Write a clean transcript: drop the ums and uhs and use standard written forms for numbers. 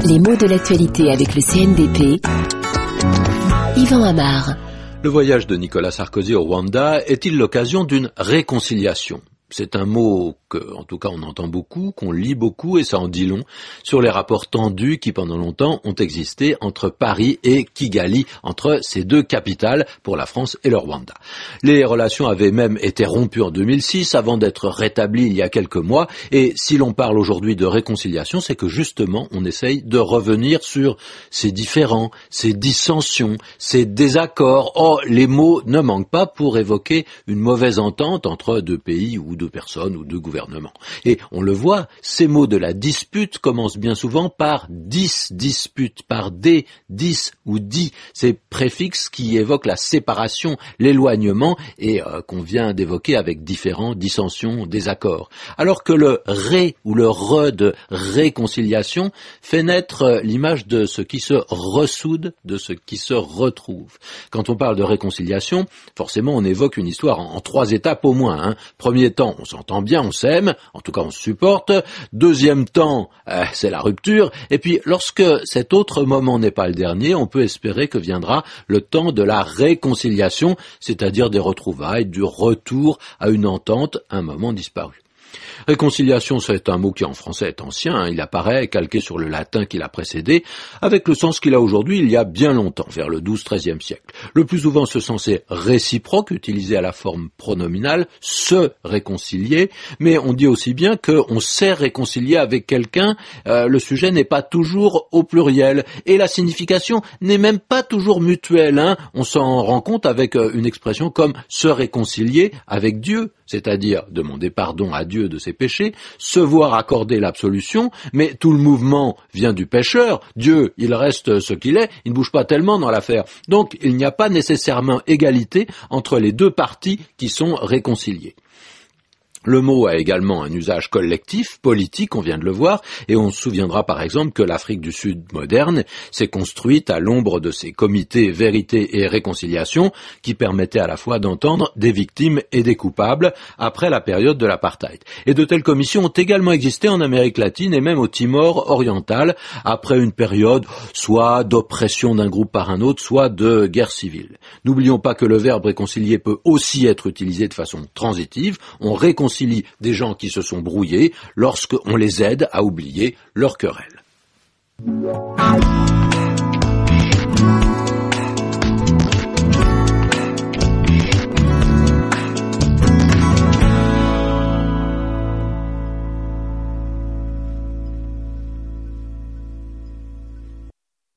Les mots de l'actualité avec le CNDP. Yvan Amar. Le voyage de Nicolas Sarkozy au Rwanda est-il l'occasion d'une réconciliation ? C'est un mot que, en tout cas, on entend beaucoup, qu'on lit beaucoup, et ça en dit long sur les rapports tendus qui, pendant longtemps, ont existé entre Paris et Kigali, entre ces deux capitales pour la France et le Rwanda. Les relations avaient même été rompues en 2006 avant d'être rétablies il y a quelques mois, et si l'on parle aujourd'hui de réconciliation, c'est que justement, on essaye de revenir sur ces différends, ces dissensions, ces désaccords. Oh, les mots ne manquent pas pour évoquer une mauvaise entente entre deux pays ou deux personnes ou deux gouvernements. Et on le voit, ces mots de la dispute commencent bien souvent par dispute, par des, ou dit, ces préfixes qui évoquent la séparation, l'éloignement et qu'on vient d'évoquer avec différents dissensions, désaccords. Alors que le ré ou le re de réconciliation fait naître l'image de ce qui se ressoude, de ce qui se retrouve. Quand on parle de réconciliation, forcément on évoque une histoire en 3 étapes au moins. Premier temps, on s'entend bien, on s'aime, en tout cas on se supporte. Deuxième temps, c'est la rupture. Et puis lorsque cet autre moment n'est pas le dernier, on peut espérer que viendra le temps de la réconciliation, c'est-à-dire des retrouvailles, du retour à une entente, un moment disparu. Réconciliation, c'est un mot qui en français est ancien, il apparaît calqué sur le latin qui l'a précédé, avec le sens qu'il a aujourd'hui il y a bien longtemps, vers le XII-XIIIe siècle. Le plus souvent ce sens est réciproque, utilisé à la forme pronominale, se réconcilier, mais on dit aussi bien qu'on sait réconcilier avec quelqu'un, le sujet n'est pas toujours au pluriel, et la signification n'est même pas toujours mutuelle, on s'en rend compte avec une expression comme se réconcilier avec Dieu, c'est-à-dire demander pardon à Dieu de ses péchés, se voir accorder l'absolution, mais tout le mouvement vient du pécheur. Dieu, il reste ce qu'il est, il ne bouge pas tellement dans l'affaire. Donc, il n'y a pas nécessairement égalité entre les deux parties qui sont réconciliées. Le mot a également un usage collectif, politique, on vient de le voir, et on se souviendra par exemple que l'Afrique du Sud moderne s'est construite à l'ombre de ces comités vérité et réconciliation qui permettaient à la fois d'entendre des victimes et des coupables après la période de l'apartheid. Et de telles commissions ont également existé en Amérique latine et même au Timor oriental après une période soit d'oppression d'un groupe par un autre, soit de guerre civile. N'oublions pas que le verbe réconcilier peut aussi être utilisé de façon transitive, on réconcilie des gens qui se sont brouillés lorsqu'on les aide à oublier leur querelle.